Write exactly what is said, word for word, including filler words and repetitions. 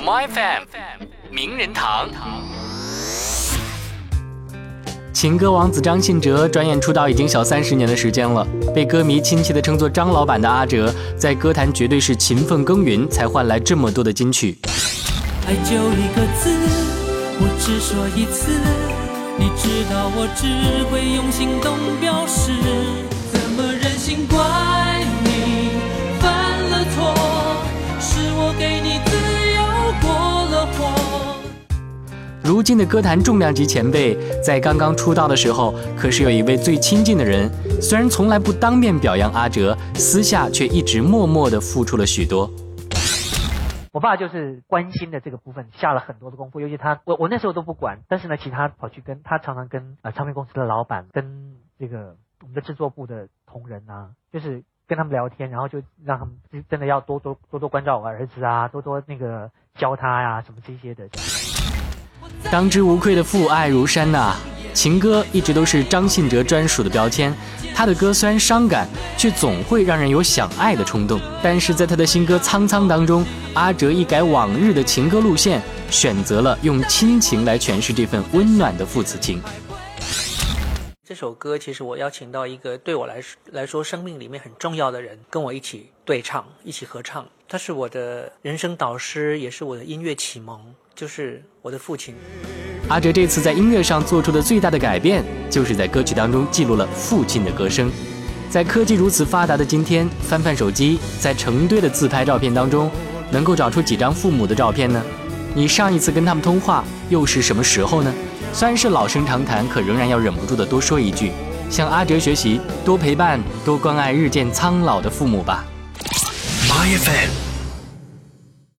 My F M 名人堂。情歌王子张信哲转眼出道已经小三十年的时间了，被歌迷亲切地称作张老板的阿哲，在歌坛绝对是勤奋耕耘，才换来这么多的金曲。 爱就一个字，我只说一次，你知道我只会用行动表示，怎么忍心怪你犯了错，是我给你自由过了火。 如今的歌坛重量级前辈，在刚刚出道的时候，可是有一位最亲近的人，虽然从来不当面表扬阿哲，私下却一直默默地付出了许多。 我爸就是关心的这个部分下了很多的功夫，尤其他我我那时候都不管，但是呢，其他跑去跟他常常跟呃唱片公司的老板，跟这个我们的制作部的同仁啊，就是跟他们聊天，然后就让他们真的要多多多多关照我儿子啊，多多那个教他呀、啊、什么这些的。 当之无愧的父爱如山呐、啊，情歌一直都是张信哲专属的标签。他的歌虽然伤感，却总会让人有想爱的冲动。但是在他的新歌《苍苍》当中，阿哲一改往日的情歌路线，选择了用亲情来诠释这份温暖的父子情。 这首歌其实我邀请到一个对我来说来说生命里面很重要的人，跟我一起对唱，一起合唱。他是我的人生导师，也是我的音乐启蒙，就是我的父亲。 阿哲这次在音乐上做出的最大的改变，就是在歌曲当中记录了父亲的歌声。在科技如此发达的今天，翻翻手机，在成堆的自拍照片当中，能够找出几张父母的照片呢？你上一次跟他们通话又是什么时候呢？虽然是老生常谈，可仍然要忍不住的多说一句，向阿哲学习，多陪伴，多关爱日渐苍老的父母吧。 My F M